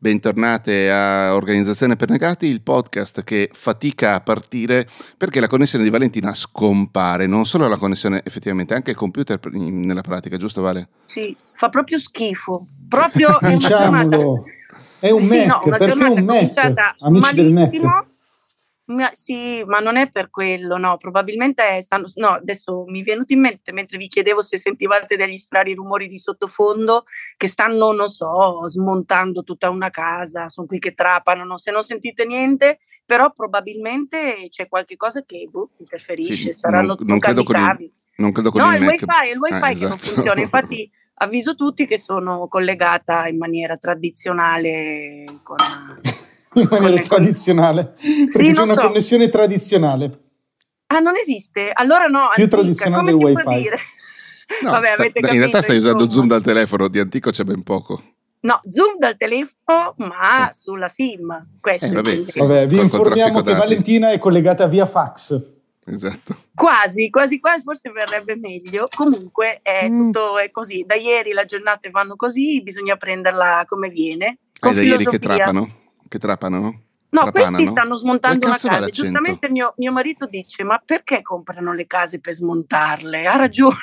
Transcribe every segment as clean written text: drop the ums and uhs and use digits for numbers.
Bentornate a Organizzazione per Negati, il podcast che fatica a partire perché la connessione di Valentina scompare. Non solo la connessione, effettivamente, anche il computer nella pratica, giusto Vale? Sì, fa proprio schifo. Proprio è una Diciamolo, è un sì, Mac, no, una perché è giornata un Mac, cominciata amici del malissimo. Mac. Sì, ma non è per quello, no, probabilmente no, adesso mi è venuto in mente mentre vi chiedevo se sentivate degli strani rumori di sottofondo che stanno, non so, smontando tutta una casa, sono qui che trapano, se non sentite niente, però probabilmente c'è qualche cosa che interferisce, Sì, staranno non credo toccando i cavi. non credo con No, il è il Mac. wifi che Esatto. non funziona, infatti avviso tutti che sono collegata in maniera tradizionale In maniera tradizionale, perché c'è una connessione tradizionale. Ah, non esiste? Allora no, più antica, tradizionale come del si wifi. può dire? No, Vabbè, avete capito, in realtà stai usando insomma. Zoom dal telefono, di antico c'è ben poco. No, Zoom dal telefono, ma sulla SIM. Questo vabbè, vi informiamo che Valentina è collegata via fax. Esatto. Quasi, forse verrebbe meglio. Comunque tutto è così. Da ieri le giornate vanno così, bisogna prenderla come viene. Con da ieri che trapano? No, questi stanno smontando una casa. L'accento? Giustamente mio marito dice: ma perché comprano le case per smontarle? Ha ragione.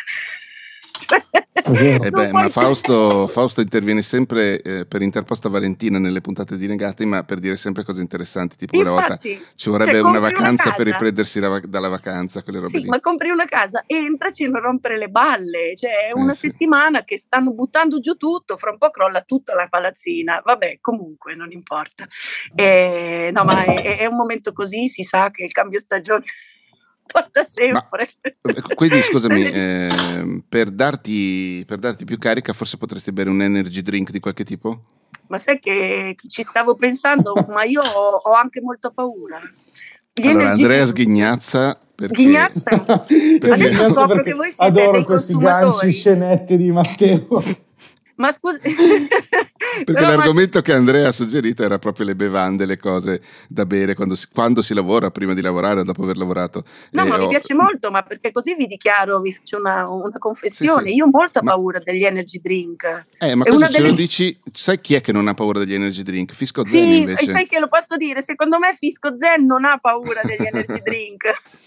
Ma Fausto interviene sempre per interposta Valentina nelle puntate di Negati, ma per dire sempre cose interessanti, tipo quella volta ci vorrebbe una vacanza per riprendersi dalla vacanza, quelle robe lì. Ma compri una casa, entraci e non rompere le balle, cioè è una settimana che stanno buttando giù tutto, fra un po' crolla tutta la palazzina, vabbè, comunque non importa. No, ma è un momento così, si sa che il cambio stagione porta sempre. Quindi scusami, per darti più carica forse potresti bere un energy drink di qualche tipo? Ma sai che ci stavo pensando, ma io ho anche molta paura. Allora Andrea sghignazza Sghignazza? Adesso scopro che voi siete adoro questi ganci scenetti di Matteo. Ma scusi, perché l'argomento che Andrea ha suggerito era proprio le bevande, le cose da bere quando si lavora, prima di lavorare o dopo aver lavorato. No, ma mi piace molto, ma perché così vi dichiaro, vi faccio una confessione. Io ho molta paura degli energy drink. Ma cosa ce lo dici? Sai chi è che non ha paura degli energy drink? Fisco Zen invece. Sì, sai che lo posso dire? Secondo me Fisco Zen non ha paura degli energy drink.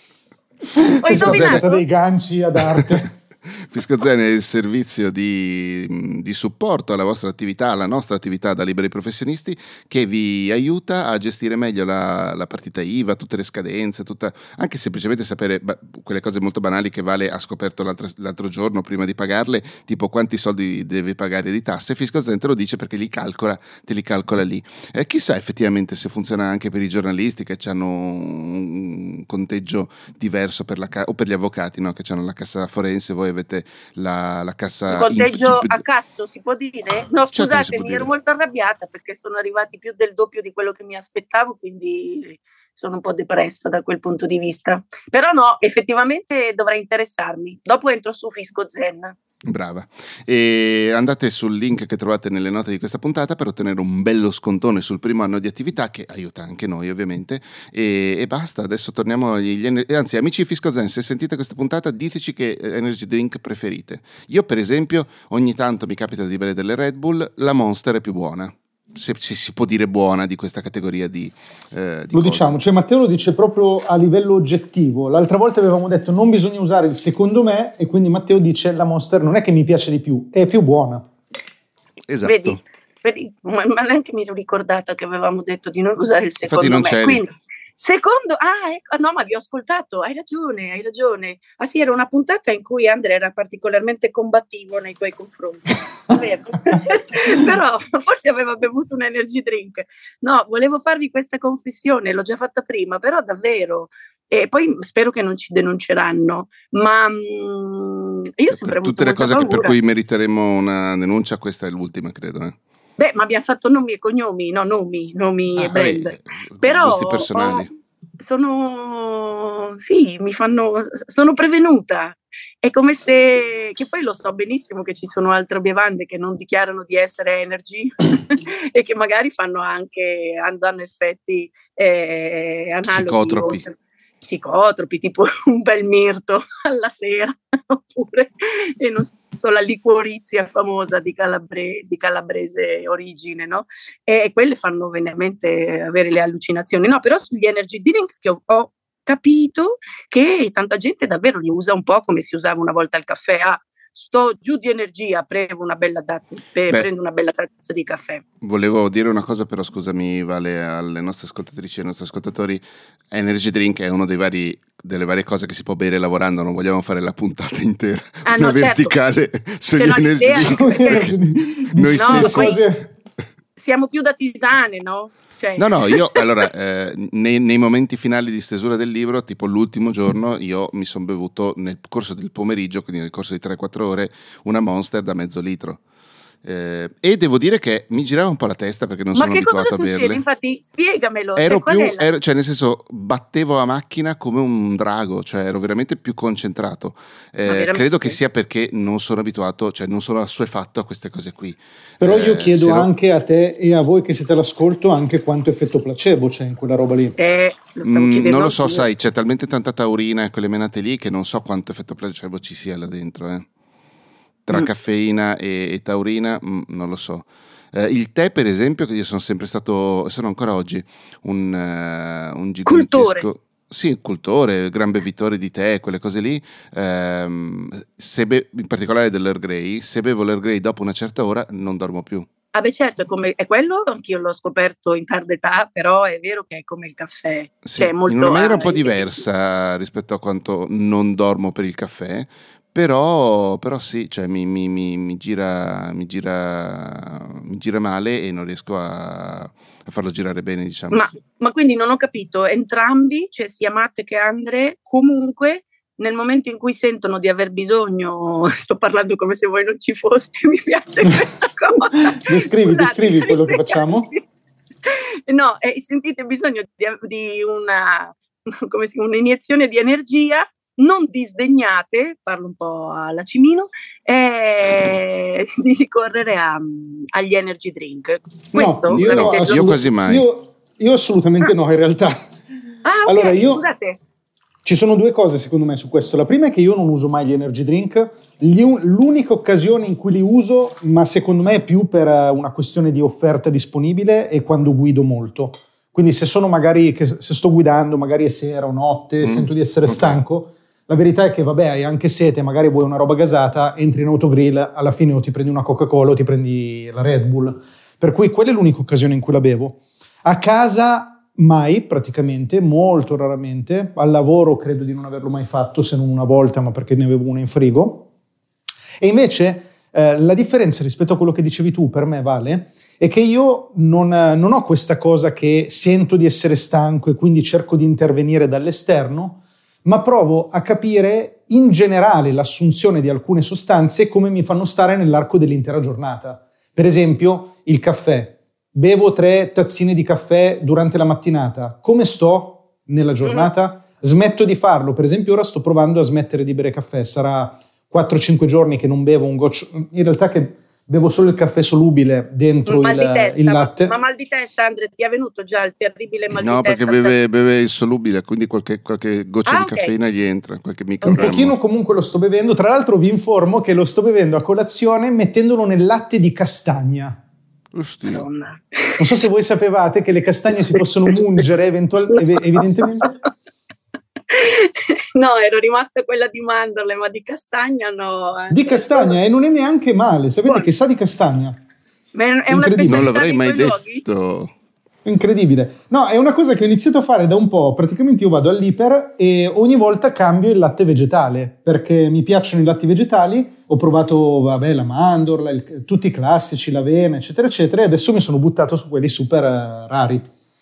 Ho indovinato dei ganci ad arte. Fisco Zen è il servizio di supporto alla vostra attività, alla nostra attività da liberi professionisti, che vi aiuta a gestire meglio la partita IVA, tutte le scadenze, anche semplicemente sapere quelle cose molto banali che Vale ha scoperto l'altro giorno prima di pagarle, tipo quanti soldi devi pagare di tasse. Fisco Zen te lo dice perché te li calcola lì. Chissà effettivamente se funziona anche per i giornalisti che hanno un conteggio diverso o per gli avvocati, no? Che hanno la cassa forense, voi avete la cassa. Il conteggio a cazzo si può dire? No, scusatemi, ero molto arrabbiata perché sono arrivati più del doppio di quello che mi aspettavo, quindi sono un po' depressa da quel punto di vista. Però no, effettivamente dovrei interessarmi. Dopo entro su Fisco Zen. Brava. E andate sul link che trovate nelle note di questa puntata per ottenere un bello scontone sul primo anno di attività, che aiuta anche noi ovviamente, e basta. Adesso torniamo anzi, amici Fisco Zen, se sentite questa puntata diteci che energy drink preferite. Io per esempio ogni tanto mi capita di bere delle Red Bull, la Monster è più buona, se si può dire buona di questa categoria di lo diciamo, cioè Matteo lo dice proprio a livello oggettivo. L'altra volta avevamo detto non bisogna usare il secondo me, e quindi Matteo dice la Monster non è che mi piace di più, è più buona. Esatto. Vedi, ma neanche mi ero ricordata che avevamo detto di non usare il secondo me. Infatti non c'eri. Quindi, secondo, ecco, no, ma vi ho ascoltato, hai ragione. Ah sì, era una puntata in cui Andrea era particolarmente combattivo nei tuoi confronti. Però forse aveva bevuto un energy drink. No, volevo farvi questa confessione, l'ho già fatta prima, però davvero. E poi spero che non ci denunceranno, ma io sempre avuto tutte le cose paura. Per cui meriteremo una denuncia, questa è l'ultima, credo. Beh, ma abbiamo fatto nomi e cognomi, no, nomi e brand. Però gusti personali. Sono prevenuta. È come se, che poi lo so benissimo che ci sono altre bevande che non dichiarano di essere energy e che magari hanno effetti analoghi. Psicotropi. psicotropi, tipo un bel mirto alla sera, oppure e non so, la liquorizia famosa di calabrese origine, no? E quelle fanno veramente avere le allucinazioni. No, però sugli energy drink che ho capito che tanta gente davvero li usa un po' come si usava una volta il caffè. Sto giù di energia, prendo una bella tazza di caffè. Volevo dire una cosa, però scusami Vale, alle nostre ascoltatrici e ai nostri ascoltatori. Energy drink è uno delle varie cose che si può bere lavorando, non vogliamo fare la puntata intera, una verticale sugli energy drink. Noi stessi siamo più da tisane, no? No, io allora nei momenti finali di stesura del libro, tipo l'ultimo giorno, io mi sono bevuto nel corso del pomeriggio, quindi nel corso di 3-4 ore, una Monster da mezzo litro. E devo dire che mi girava un po' la testa perché non sono abituato a berle. Ma che cosa succede? Infatti spiegamelo. Cioè nel senso, battevo a macchina come un drago, cioè ero veramente più concentrato. Credo che sia perché non sono abituato, cioè non sono assuefatto a queste cose qui. Però io chiedo anche a te e a voi che siete all'ascolto anche quanto effetto placebo c'è in quella roba lì. Non lo so, sai, c'è talmente tanta taurina e quelle menate lì che non so quanto effetto placebo ci sia là dentro, Tra caffeina e taurina, non lo so. Il tè, per esempio, che io sono sempre stato, sono ancora oggi un gigantesco cultore, gran bevitore di tè, quelle cose lì. In particolare dell'Earl Grey, se bevo l'Earl Grey dopo una certa ora non dormo più. Ah beh, certo, è quello, anch'io l'ho scoperto in tarda età, però è vero che è come il caffè. Sì, in una maniera un po' diversa rispetto a quanto non dormo per il caffè. Però sì, cioè mi gira male e non riesco a farlo girare bene, diciamo. Ma quindi non ho capito, entrambi, cioè sia Matte che Andre, comunque nel momento in cui sentono di aver bisogno, sto parlando come se voi non ci foste, mi piace questa cosa. Descrivi quello che facciamo? No, sentite bisogno di un'iniezione di energia, non disdegnate, parlo un po' alla Cimino, di ricorrere agli energy drink. Questo? No, io quasi mai. Io assolutamente no, in realtà. Allora, scusate. Ci sono due cose secondo me su questo. La prima è che io non uso mai gli energy drink. L'unica occasione in cui li uso, ma secondo me è più per una questione di offerta disponibile, è quando guido molto. Quindi se sono magari, se sto guidando, magari è sera o notte, sento di essere stanco, la verità è che vabbè, hai anche sete, magari vuoi una roba gasata, entri in autogrill, alla fine o ti prendi una Coca-Cola o ti prendi la Red Bull. Per cui quella è l'unica occasione in cui la bevo. A casa mai, praticamente, molto raramente. Al lavoro credo di non averlo mai fatto, se non una volta, ma perché ne avevo una in frigo. E invece la differenza rispetto a quello che dicevi tu, per me Vale, è che io non ho questa cosa che sento di essere stanco e quindi cerco di intervenire dall'esterno, ma provo a capire in generale l'assunzione di alcune sostanze e come mi fanno stare nell'arco dell'intera giornata. Per esempio, il caffè. Bevo 3 tazzine di caffè durante la mattinata. Come sto nella giornata? Smetto di farlo. Per esempio, ora sto provando a smettere di bere caffè. Sarà 4-5 giorni che non bevo un goccio. In realtà che bevo solo il caffè solubile dentro il latte. Ma mal di testa, Andre, ti è venuto già il terribile mal di testa? No, perché beve il solubile, quindi qualche goccia di caffeina gli entra, qualche microgrammo. Un pochino comunque lo sto bevendo. Tra l'altro vi informo che lo sto bevendo a colazione mettendolo nel latte di castagna. Madonna. Non so se voi sapevate che le castagne si possono mungere evidentemente. No, ero rimasta quella di mandorle, ma di castagna no. Di castagna, e non è neanche male. Sapete che sa di castagna? Ma è una non l'avrei mai detto. Incredibile. No, è una cosa che ho iniziato a fare da un po'. Praticamente io vado all'Iper e ogni volta cambio il latte vegetale perché mi piacciono i latti vegetali. Ho provato, la mandorla, tutti i classici, l'avena, eccetera, eccetera, e adesso mi sono buttato su quelli super rari.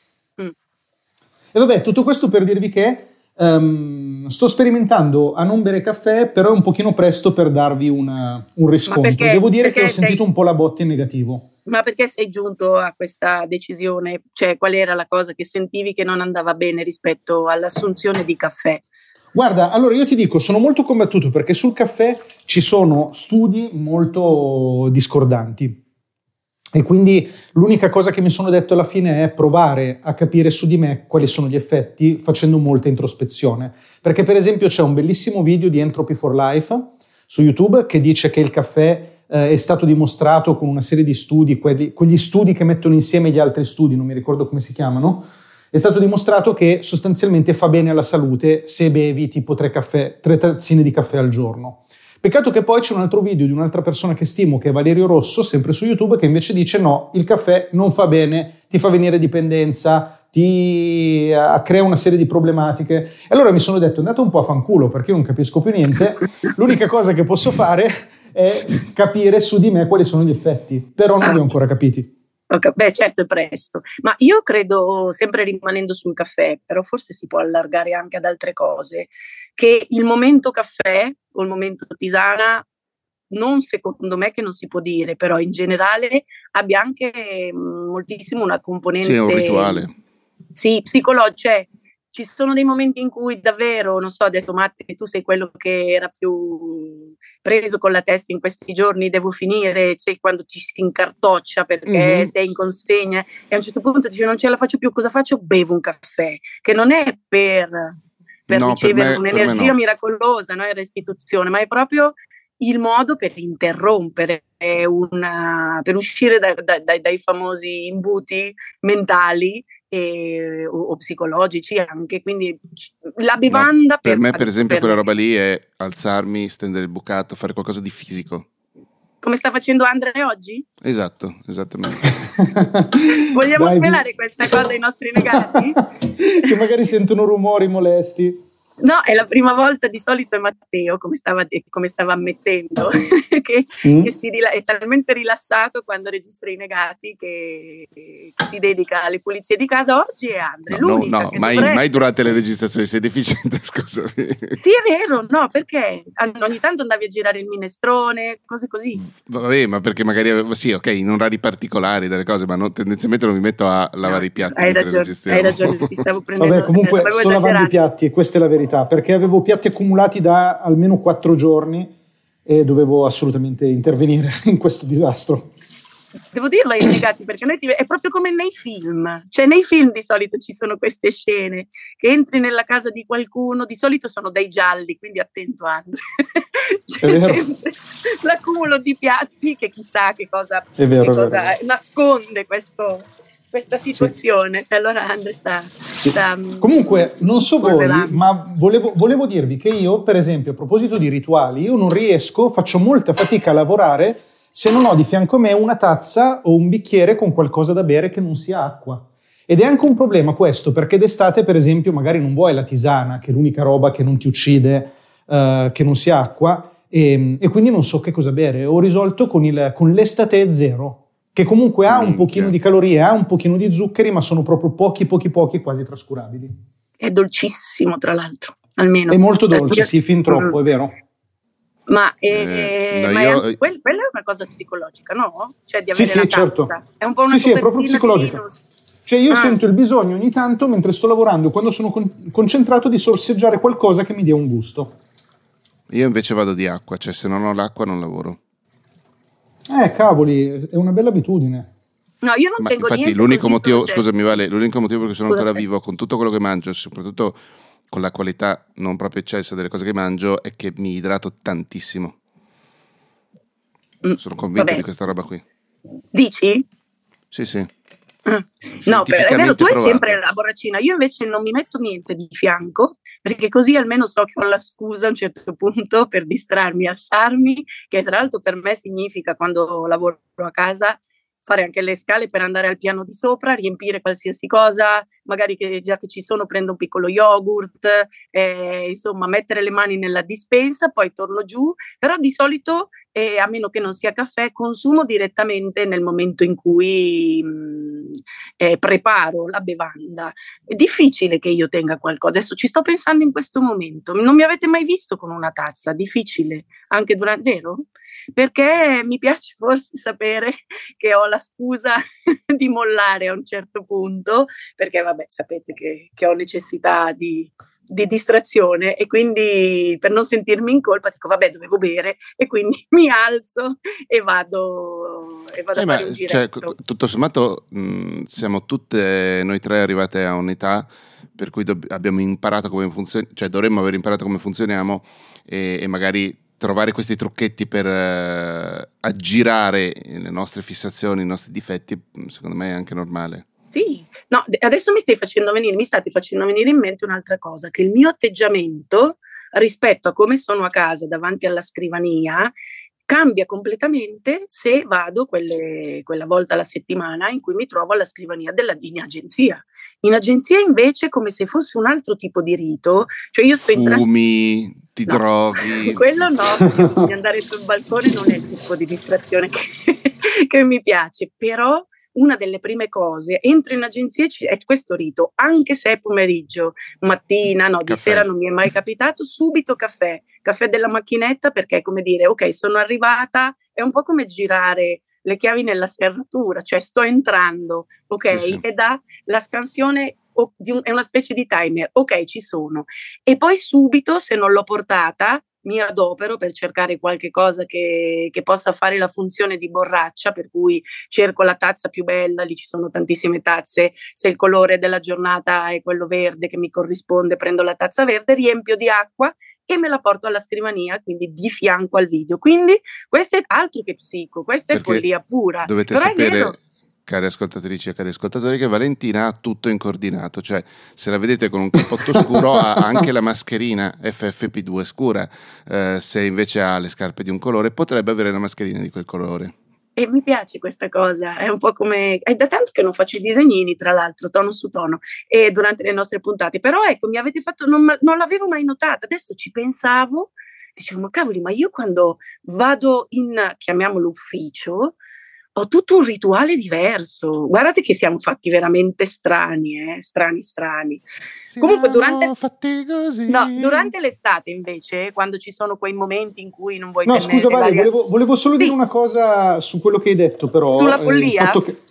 E vabbè, tutto questo per dirvi che sto sperimentando a non bere caffè, però è un pochino presto per darvi un riscontro. Devo dire che ho sentito un po' la botta in negativo. Ma perché sei giunto a questa decisione? Cioè, qual era la cosa che sentivi che non andava bene rispetto all'assunzione di caffè? Guarda, allora io ti dico, sono molto combattuto perché sul caffè ci sono studi molto discordanti. E quindi l'unica cosa che mi sono detto alla fine è provare a capire su di me quali sono gli effetti facendo molta introspezione. Perché per esempio c'è un bellissimo video di Entropy for Life su YouTube che dice che il caffè è stato dimostrato con una serie di studi, quegli studi che mettono insieme gli altri studi, non mi ricordo come si chiamano, è stato dimostrato che sostanzialmente fa bene alla salute se bevi tipo 3 tazzine di caffè al giorno. Peccato che poi c'è un altro video di un'altra persona che stimo, che è Valerio Rosso, sempre su YouTube, che invece dice no, il caffè non fa bene, ti fa venire dipendenza, ti crea una serie di problematiche. E allora mi sono detto, andate un po' a fanculo, perché io non capisco più niente, l'unica cosa che posso fare è capire su di me quali sono gli effetti, però non li ho ancora capiti. Beh, certo, è presto, ma io credo, sempre rimanendo sul caffè, però forse si può allargare anche ad altre cose, che il momento caffè o il momento tisana, non secondo me che non si può dire, però in generale abbia anche moltissimo una componente... Sì, è un rituale. Sì, psicologica, cioè ci sono dei momenti in cui davvero, non so, adesso Matti, tu sei quello che era più preso con la testa in questi giorni, devo finire, cioè quando ci si incartoccia perché sei in consegna e a un certo punto dici non ce la faccio più, cosa faccio? Bevo un caffè, che non è per No, ricevere per un'energia no. miracolosa, no? In restituzione, ma è proprio il modo per interrompere per uscire dai famosi imbuti mentali o psicologici anche, quindi la bevanda no, per me per esempio quella roba lì è alzarmi, stendere il bucato, fare qualcosa di fisico, come sta facendo Andrea oggi? Esatto, esattamente. Vogliamo svelare questa cosa ai nostri negati? Che magari sentono rumori molesti. No, è la prima volta, di solito è Matteo, come stava ammettendo, che è talmente rilassato quando registra i negati che si dedica alle pulizie di casa. Oggi è Andrea, l'unica che mai durante le registrazioni sei deficiente, scusami. Sì, è vero, no, perché ogni tanto andavi a girare il minestrone, cose così. Vabbè, ma perché magari sì, ok, in orari particolari delle cose, ma tendenzialmente non mi metto a lavare i piatti. Hai ragione, ti stavo prendendo. Vabbè, comunque sto lavando i piatti e questa è la verità, perché avevo piatti accumulati da almeno 4 giorni e dovevo assolutamente intervenire in questo disastro. Devo dirlo ai negati, perché è proprio come nei film, cioè nei film di solito ci sono queste scene che entri nella casa di qualcuno, di solito sono dei gialli, quindi attento Andrea, c'è sempre l'accumulo di piatti che chissà che cosa nasconde questa situazione. Sì. Allora Andrea sta comunque non so voi, ma volevo dirvi che io, per esempio, a proposito di rituali, io non faccio molta fatica a lavorare se non ho di fianco a me una tazza o un bicchiere con qualcosa da bere che non sia acqua. Ed è anche un problema questo, perché d'estate, per esempio, magari non vuoi la tisana, che è l'unica roba che non ti uccide, che non sia acqua, e quindi non so che cosa bere. Ho risolto con l'estate zero, che comunque ha un pochino di calorie, ha un pochino di zuccheri, ma sono proprio pochi, quasi trascurabili. È dolcissimo, tra l'altro, almeno. È molto dolce, sì, fin troppo, è vero. Ma quella è una cosa psicologica, no? Cioè di avere la tazza. Certo. È un po' una è proprio psicologica. Cioè io sento il bisogno ogni tanto, mentre sto lavorando, quando sono concentrato, di sorseggiare qualcosa che mi dia un gusto. Io invece vado di acqua, cioè se non ho l'acqua non lavoro. Cavoli, è una bella abitudine. No, io non tengo infatti, niente. L'unico motivo, scusami Vale, l'unico motivo perché sono ancora vivo con tutto quello che mangio, soprattutto con la qualità non proprio eccessa delle cose che mangio, è che mi idrato tantissimo. Sono convinto di questa roba qui. Dici? Sì. No, è vero, tu hai sempre la borraccina, io invece non mi metto niente di fianco, perché così almeno so che ho la scusa a un certo punto per distrarmi, alzarmi, che tra l'altro per me significa, quando lavoro a casa, fare anche le scale per andare al piano di sopra, riempire qualsiasi cosa, magari già che ci sono prendo un piccolo yogurt, insomma mettere le mani nella dispensa, poi torno giù, però di solito, a meno che non sia caffè, consumo direttamente nel momento in cui preparo la bevanda. È difficile che io tenga qualcosa, adesso ci sto pensando in questo momento, non mi avete mai visto con una tazza, difficile, anche durante, vero? Perché mi piace forse sapere che ho la scusa di mollare a un certo punto, perché vabbè, sapete che ho necessità di distrazione, e quindi per non sentirmi in colpa dico vabbè, dovevo bere, e quindi mi alzo e vado a fare un giretto. Tutto sommato siamo tutte noi tre arrivate a un'età per cui abbiamo imparato come funziona, cioè dovremmo aver imparato come funzioniamo, e magari trovare questi trucchetti per aggirare le nostre fissazioni, i nostri difetti, secondo me è anche normale. Sì, no, adesso mi state facendo venire in mente un'altra cosa, che il mio atteggiamento rispetto a come sono a casa davanti alla scrivania cambia completamente se vado quella volta alla settimana in cui mi trovo alla scrivania in agenzia. In agenzia invece è come se fosse un altro tipo di rito, cioè io sto Fumi, ti droghi. Quello no, perché bisogna andare sul balcone, non è il tipo di distrazione che mi piace, però una delle prime cose, entro in agenzia è questo rito, anche se è pomeriggio, mattina, no, di sera non mi è mai capitato, subito caffè della macchinetta, perché è come dire, ok, sono arrivata, è un po' come girare le chiavi nella serratura, cioè sto entrando, ok, sì. E dà la scansione, è una specie di timer, ok, ci sono, e poi subito, se non l'ho portata, mi adopero per cercare qualche cosa che possa fare la funzione di borraccia, per cui cerco la tazza più bella, lì ci sono tantissime tazze, se il colore della giornata è quello verde che mi corrisponde, prendo la tazza verde, riempio di acqua e me la porto alla scrivania, quindi di fianco al video. Quindi questo è altro che psico, questa è follia pura. Dovete però sapere, cari ascoltatrici e cari ascoltatori, che Valentina ha tutto incoordinato, cioè se la vedete con un cappotto scuro ha anche la mascherina FFP2 scura, se invece ha le scarpe di un colore potrebbe avere la mascherina di quel colore. E mi piace questa cosa, è un po' come, è da tanto che non faccio i disegnini, tra l'altro, tono su tono, e durante le nostre puntate, però ecco, mi avete fatto, non l'avevo mai notata, adesso ci pensavo, dicevo, ma cavoli, ma io quando vado in, chiamiamolo ufficio, ho tutto un rituale diverso. Guardate che siamo fatti veramente strani, strani. Comunque fatti così. No, durante l'estate invece, quando ci sono quei momenti in cui non vuoi tenere... No, scusa Vale, volevo solo dire una cosa su quello che hai detto, però. Sulla follia?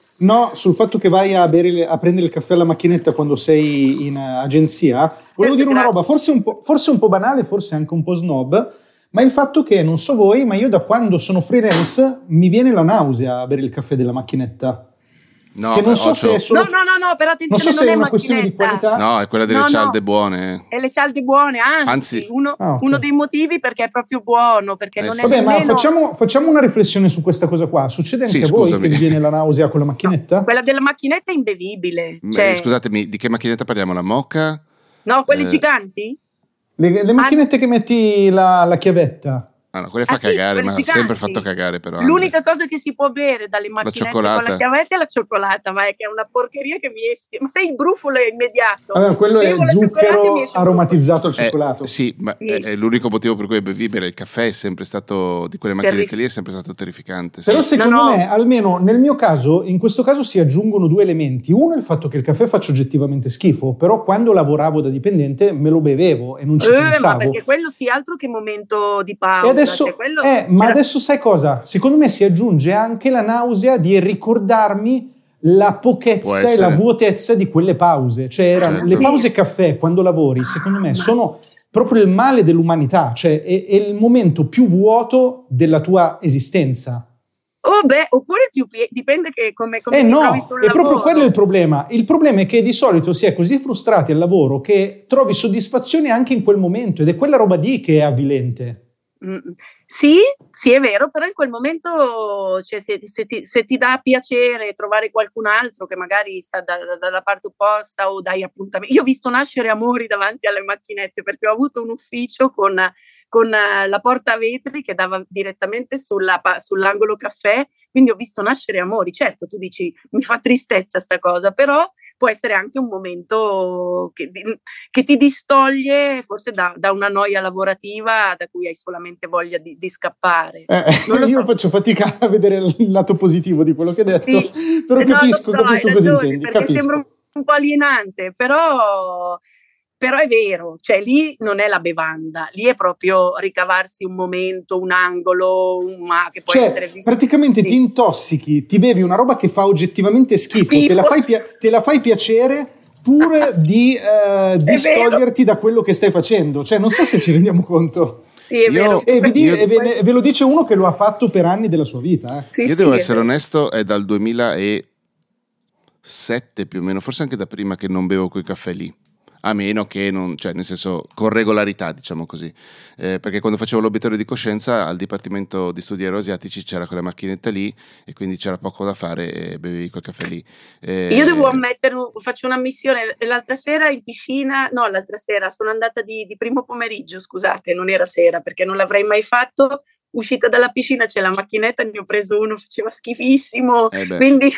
Sul fatto che vai a prendere il caffè alla macchinetta quando sei in agenzia. Volevo dire una roba, forse un po' banale, forse anche un po' snob, ma il fatto che, non so voi, ma io da quando sono freelance mi viene la nausea a bere il caffè della macchinetta. No, che non so se è solo... No, però attenzione, non so se non è una questione di qualità. No, è quella delle cialde buone. È le cialde buone, anzi uno dei motivi perché è proprio buono, perché non è ma facciamo una riflessione su questa cosa qua. Succede anche a voi che vi viene la nausea con la macchinetta? No, quella della macchinetta è imbevibile. Scusatemi, di che macchinetta parliamo? La Moka? No, quelle giganti? Le macchinette che metti la chiavetta. No, quelle fa cagare, ma ha sempre fatto cagare però. L'unica cosa che si può bere dalle macchinette con la chiavetta è la cioccolata, ma è che è una porcheria che mi esce. Ma sai, il brufolo è immediato. Allora, quello è zucchero aromatizzato al cioccolato. Sì, ma è l'unico motivo per cui è bevibile. Il caffè è sempre stato, di quelle macchinette lì, è sempre stato terrificante. Però secondo me, almeno nel mio caso, in questo caso si aggiungono due elementi. Uno è il fatto che il caffè faccia oggettivamente schifo, però quando lavoravo da dipendente me lo bevevo e non ci pensavo. Ma perché quello sì, altro che momento di pausa. Adesso sai cosa? Secondo me si aggiunge anche la nausea di ricordarmi la pochezza e la vuotezza di quelle pause. Cioè le pause caffè quando lavori, secondo me, sono proprio il male dell'umanità, cioè è il momento più vuoto della tua esistenza. Oppure dipende che come ti trovi sul lavoro. È proprio quello il problema. Il problema è che di solito si è così frustrati al lavoro che trovi soddisfazione anche in quel momento, ed è quella roba lì che è avvilente. Sì, è vero, però in quel momento, cioè, se ti dà piacere trovare qualcun altro che magari sta dalla parte opposta o dai appuntamenti. Io ho visto nascere amori davanti alle macchinette, perché ho avuto un ufficio con la porta a vetri che dava direttamente sull'angolo caffè, quindi ho visto nascere amori. Certo, tu dici, mi fa tristezza sta cosa, però può essere anche un momento che ti distoglie forse da una noia lavorativa da cui hai solamente voglia di scappare. Io faccio fatica a vedere il lato positivo di quello che hai detto, però capisco cosa intendi. Perché sembra un po' alienante, però Però è vero, cioè lì non è la bevanda, lì è proprio ricavarsi un momento, un angolo, ma che può essere visto. Praticamente ti intossichi, ti bevi una roba che fa oggettivamente schifo. Te la fai piacere pur di distoglierti da quello che stai facendo. Cioè non so se ci rendiamo conto. Sì, è vero. E ve lo dice uno che lo ha fatto per anni della sua vita. Io devo essere onesto, è dal 2007 più o meno, forse anche da prima, che non bevo quei caffè lì. A meno che non, cioè nel senso con regolarità, diciamo così, perché quando facevo l'obiettore di coscienza al Dipartimento di Studi Euroasiatici c'era quella macchinetta lì e quindi c'era poco da fare e bevevi quel caffè lì. Io devo ammettere, faccio una missione l'altra sera in piscina, no, l'altra sera sono andata di primo pomeriggio, scusate, non era sera perché non l'avrei mai fatto. Uscita dalla piscina c'è la macchinetta, ne ho preso uno, faceva schifissimo, quindi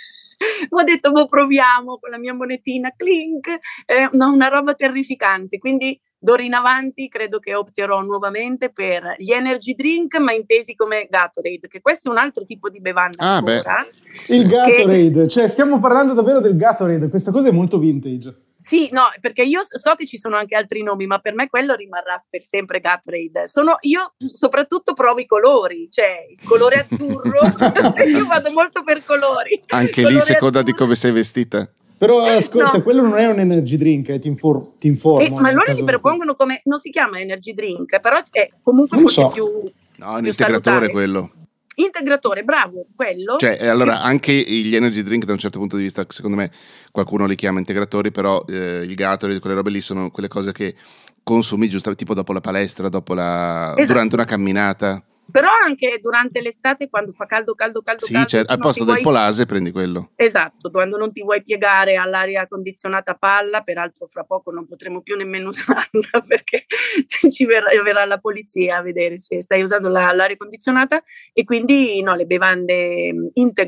ho detto proviamo con la mia monetina, clink, no, una roba terrificante, quindi d'ora in avanti credo che opterò nuovamente per gli energy drink, ma intesi come Gatorade, che questo è un altro tipo di bevanda ancora. Il Gatorade, cioè stiamo parlando davvero del Gatorade, questa cosa è molto vintage. Sì, no, perché io so che ci sono anche altri nomi, ma per me quello rimarrà per sempre Gatorade. Io soprattutto provo i colori, cioè il colore azzurro, io vado molto per colori. Anche lì seconda di come sei vestita. Però ascolta, quello non è un energy drink, ti informo. Ma loro li propongono come, non si chiama energy drink, però è comunque forse più no, un integratore quello. Integratore, bravo, quello. Cioè, allora, anche gli energy drink da un certo punto di vista, secondo me, qualcuno li chiama integratori, però il Gatorade, quelle robe lì sono quelle cose che consumi giusto tipo dopo la palestra, durante una camminata. Però anche durante l'estate quando fa caldo, sì, cioè, al posto del polase prendi quello. Esatto, quando non ti vuoi piegare all'aria condizionata a palla, peraltro fra poco non potremo più nemmeno usarla perché ci verrà la polizia a vedere se stai usando l'aria condizionata, e quindi no, le bevande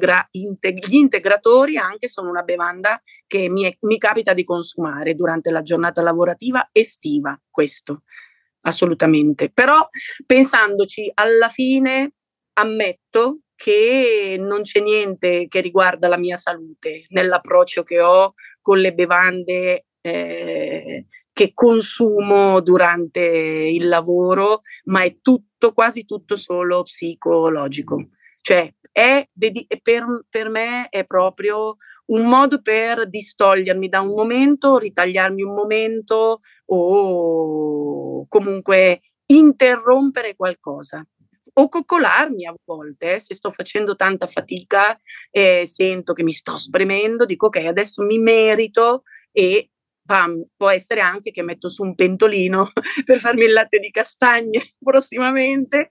gli integratori anche sono una bevanda che mi capita di consumare durante la giornata lavorativa estiva, questo. Assolutamente, però pensandoci alla fine ammetto che non c'è niente che riguarda la mia salute nell'approccio che ho con le bevande che consumo durante il lavoro, ma è quasi tutto solo psicologico, cioè per me è proprio un modo per distogliermi da un momento, ritagliarmi un momento o comunque interrompere qualcosa o coccolarmi a volte, se sto facendo tanta fatica e sento che mi sto spremendo, dico ok, adesso mi merito e può essere anche che metto su un pentolino per farmi il latte di castagne prossimamente.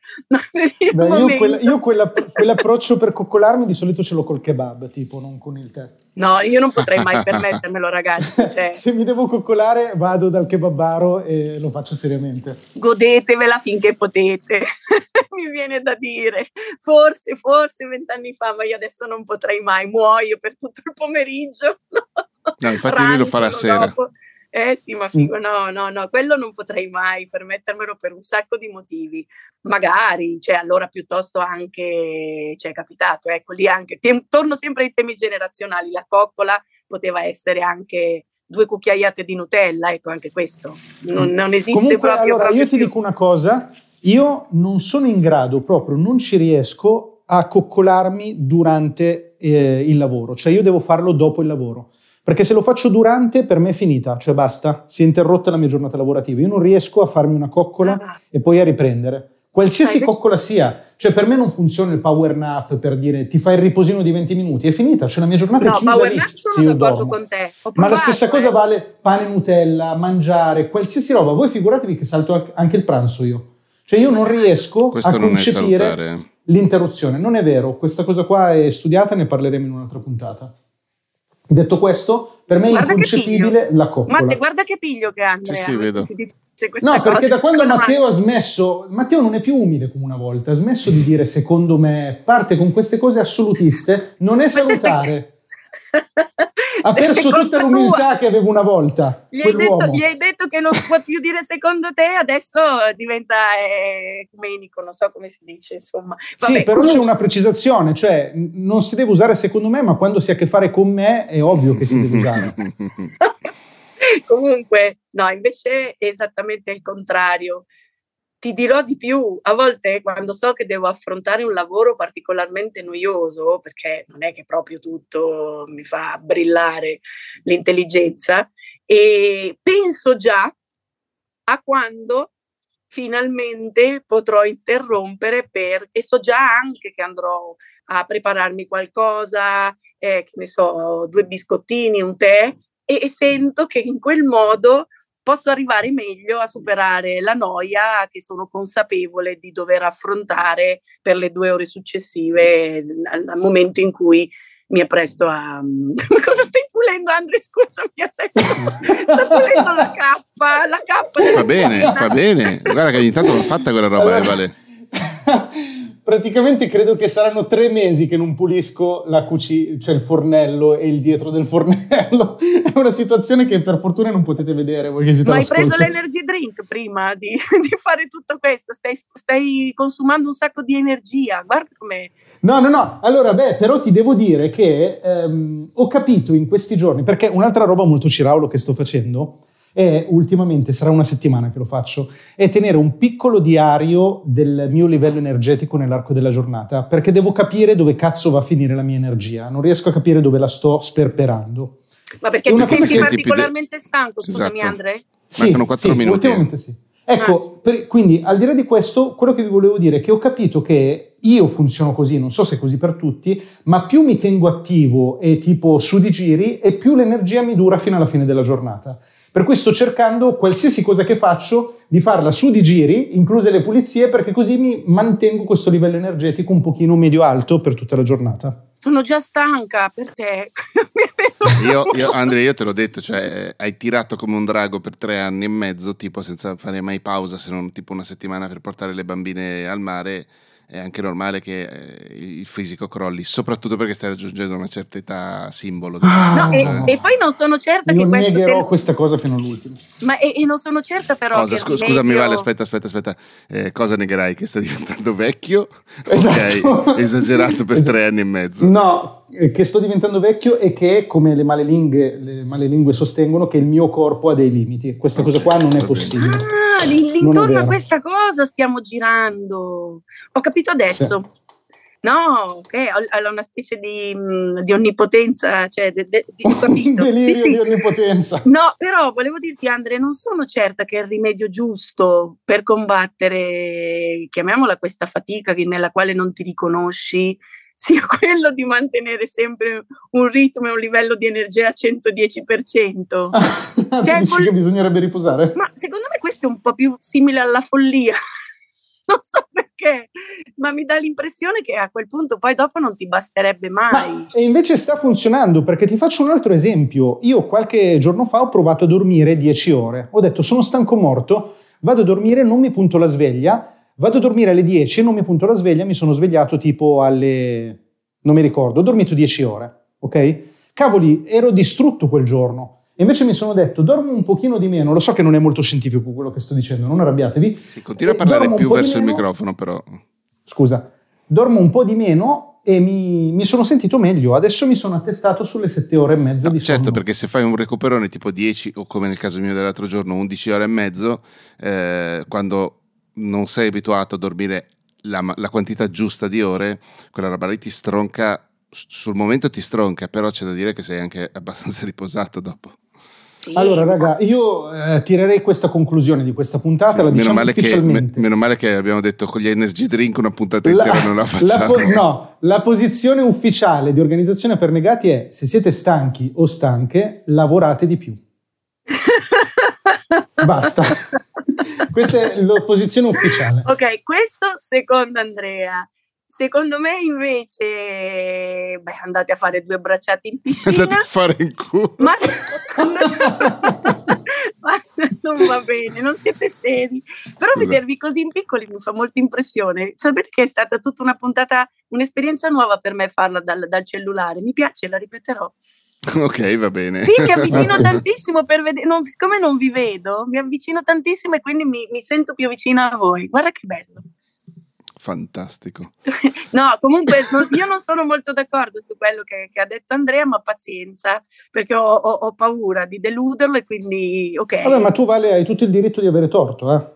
Io quell'approccio per coccolarmi di solito ce l'ho col kebab, tipo, non con il tè. No, io non potrei mai permettermelo, ragazzi. Cioè, se mi devo coccolare vado dal kebabaro e lo faccio seriamente. Godetevela finché potete. Mi viene da dire, forse 20 anni fa, ma io adesso non potrei mai, muoio per tutto il pomeriggio. No, infatti lui lo fa la sera. Dopo. Sì, ma figo, no, quello non potrei mai permettermelo per un sacco di motivi. Magari, cioè, allora piuttosto anche, cioè, è capitato, ecco, lì anche, torno sempre ai temi generazionali, la coccola poteva essere anche 2 cucchiaiate di Nutella, ecco, anche questo. Non esiste. Comunque, proprio. Allora, io ti dico una cosa, io non sono in grado, proprio non ci riesco a coccolarmi durante il lavoro, cioè io devo farlo dopo il lavoro. Perché se lo faccio durante, per me è finita, cioè basta, si è interrotta la mia giornata lavorativa. Io non riesco a farmi una coccola e poi a riprendere. Qualsiasi coccola sia, cioè per me non funziona il power nap per dire ti fai il riposino di 20 minuti, è finita, cioè la mia giornata è chiusa power lì. Nap sono d'accordo con te. Ma la stessa cosa vale pane Nutella, mangiare, qualsiasi roba. Voi figuratevi che salto anche il pranzo io. Cioè io non riesco a concepire l'interruzione. Non è vero, questa cosa qua è studiata, ne parleremo in un'altra puntata. Detto questo, per me è inconcepibile la coccola. Matteo, guarda che piglio che ha Andrea. Sì, vedo. No, perché da quando Matteo ha smesso, Matteo non è più umile come una volta, ha smesso di dire secondo me, parte con queste cose assolutiste, non è salutare. Ha perso tutta l'umiltà che avevo una volta. Gli hai detto che non può più dire secondo te, adesso diventa ecumenico, non so come si dice, insomma. Vabbè, sì, però c'è una precisazione, cioè non si deve usare secondo me, ma quando si ha a che fare con me è ovvio che si deve usare. Comunque, no, invece è esattamente il contrario. Ti dirò di più, a volte quando so che devo affrontare un lavoro particolarmente noioso, perché non è che proprio tutto mi fa brillare l'intelligenza, e penso già a quando finalmente potrò interrompere e so già anche che andrò a prepararmi qualcosa, che ne so, 2 biscottini, un tè, e sento che in quel modo posso arrivare meglio a superare la noia che sono consapevole di dover affrontare per le 2 ore successive, al momento in cui mi appresto a... Cosa stai pulendo, Andre? Scusami, adesso sto pulendo la cappa. Fa bene. Guarda che ogni tanto l'ho fatta quella roba, Vale. Praticamente credo che saranno 3 mesi che non pulisco la cucina, cioè il fornello e il dietro del fornello. È una situazione che per fortuna non potete vedere voi che siete all'ascolto. Ma hai preso l'energy drink prima di fare tutto questo? Stai consumando un sacco di energia. Guarda com'è. No. Allora, però ti devo dire che ho capito in questi giorni, perché un'altra roba molto ciraulo che sto facendo è, ultimamente, sarà una settimana che lo faccio, è tenere un piccolo diario del mio livello energetico nell'arco della giornata, perché devo capire dove cazzo va a finire la mia energia. Non riesco a capire dove la sto sperperando. Ma perché ti senti particolarmente stanco, scusami, esatto. Andre? Mancano 4 minuti. Ultimamente sì. Ecco, quindi al di là di questo, quello che vi volevo dire è che ho capito che io funziono così, non so se è così per tutti, ma più mi tengo attivo e tipo su di giri, e più l'energia mi dura fino alla fine della giornata. Per cui sto cercando qualsiasi cosa che faccio di farla su di giri, incluse le pulizie, perché così mi mantengo questo livello energetico un pochino medio-alto per tutta la giornata. Sono già stanca per te. Io Andrea, io te l'ho detto, cioè hai tirato come un drago per 3 anni e mezzo, tipo senza fare mai pausa, se non tipo una settimana per portare le bambine al mare. È anche normale che il fisico crolli, soprattutto perché stai raggiungendo una certa età simbolo. E poi non sono certa io che questo... negherò questa cosa fino all'ultimo. Ma e non sono certa però cosa, che scusami Vale, aspetta. Cosa negherai? Che sta diventando vecchio? Esatto. Ok, esagerato per 3 anni e mezzo. No, che sto diventando vecchio e che, come le malelingue sostengono, che il mio corpo ha dei limiti. Questa cosa qua non è possibile. L'intorno a questa cosa stiamo girando. Ho capito adesso. Sì. No, ho una specie di onnipotenza, cioè di un delirio di onnipotenza. No, però volevo dirti, Andre, non sono certa che il rimedio giusto per combattere, chiamiamola questa fatica nella quale non ti riconosci, sia quello di mantenere sempre un ritmo e un livello di energia a 110%. Cioè, dici che bisognerebbe riposare? Ma secondo me questo è un po' più simile alla follia. Non so perché, ma mi dà l'impressione che a quel punto poi dopo non ti basterebbe mai. E invece sta funzionando, perché ti faccio un altro esempio. Io qualche giorno fa ho provato a dormire 10 ore. Ho detto sono stanco morto, vado a dormire, non mi punto la sveglia. Vado a dormire alle 10, non mi punto la sveglia, mi sono svegliato tipo alle... non mi ricordo, ho dormito 10 ore, ok? Cavoli, ero distrutto quel giorno. E invece mi sono detto, dormo un pochino di meno, lo so che non è molto scientifico quello che sto dicendo, non arrabbiatevi. Sì, continua a parlare più verso il microfono però. Scusa, dormo un po' di meno e mi sono sentito meglio. Adesso mi sono attestato sulle 7 ore e mezza di sonno. Certo, perché se fai un recuperone tipo 10 o come nel caso mio dell'altro giorno 11 ore e mezzo, quando non sei abituato a dormire la quantità giusta di ore, quella roba lì ti stronca, sul momento ti stronca, però c'è da dire che sei anche abbastanza riposato dopo. Sì. Allora raga, io tirerei questa conclusione di questa puntata, sì, la diciamo ufficialmente. Meno male che abbiamo detto con gli energy drink una puntata intera non la facciamo. La posizione ufficiale di Organizzazione per Negati è: se siete stanchi o stanche, lavorate di più. Basta. Questa è la posizione ufficiale. Ok, questo secondo Andrea. Secondo me invece andate a fare 2 bracciate in piscina. Andate a fare in culo. Ma non va bene, non siete seri. Però scusa, vedervi così in piccoli mi fa molta impressione. Sapete che è stata tutta una puntata, un'esperienza nuova per me farla dal cellulare. Mi piace, la ripeterò. Ok, va bene. Sì, mi avvicino tantissimo per vedere, siccome non vi vedo, mi avvicino tantissimo e quindi mi sento più vicina a voi. Guarda che bello. Fantastico. No, comunque io non sono molto d'accordo su quello che ha detto Andrea, ma pazienza, perché ho paura di deluderlo e quindi ok. Vabbè, ma tu, Vale, hai tutto il diritto di avere torto, eh?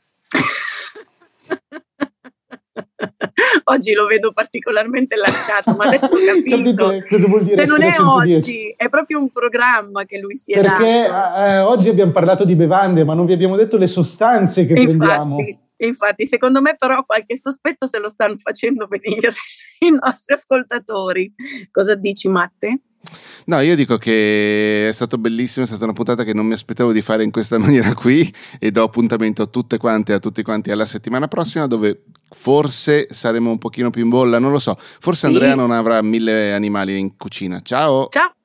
Oggi lo vedo particolarmente lanciato, ma adesso ho capito. Capite cosa vuol dire non essere è 110? oggi, è proprio un programma che lui si è Perché dato. oggi abbiamo parlato di bevande, ma non vi abbiamo detto le sostanze che prendiamo. Infatti, secondo me però qualche sospetto se lo stanno facendo venire i nostri ascoltatori. Cosa dici, Matte? No, io dico che è stato bellissimo, è stata una puntata che non mi aspettavo di fare in questa maniera qui, e do appuntamento a tutte quante e a tutti quanti alla settimana prossima, dove forse saremo un pochino più in bolla, non lo so, forse Andrea non avrà 1000 animali in cucina. Ciao! Ciao!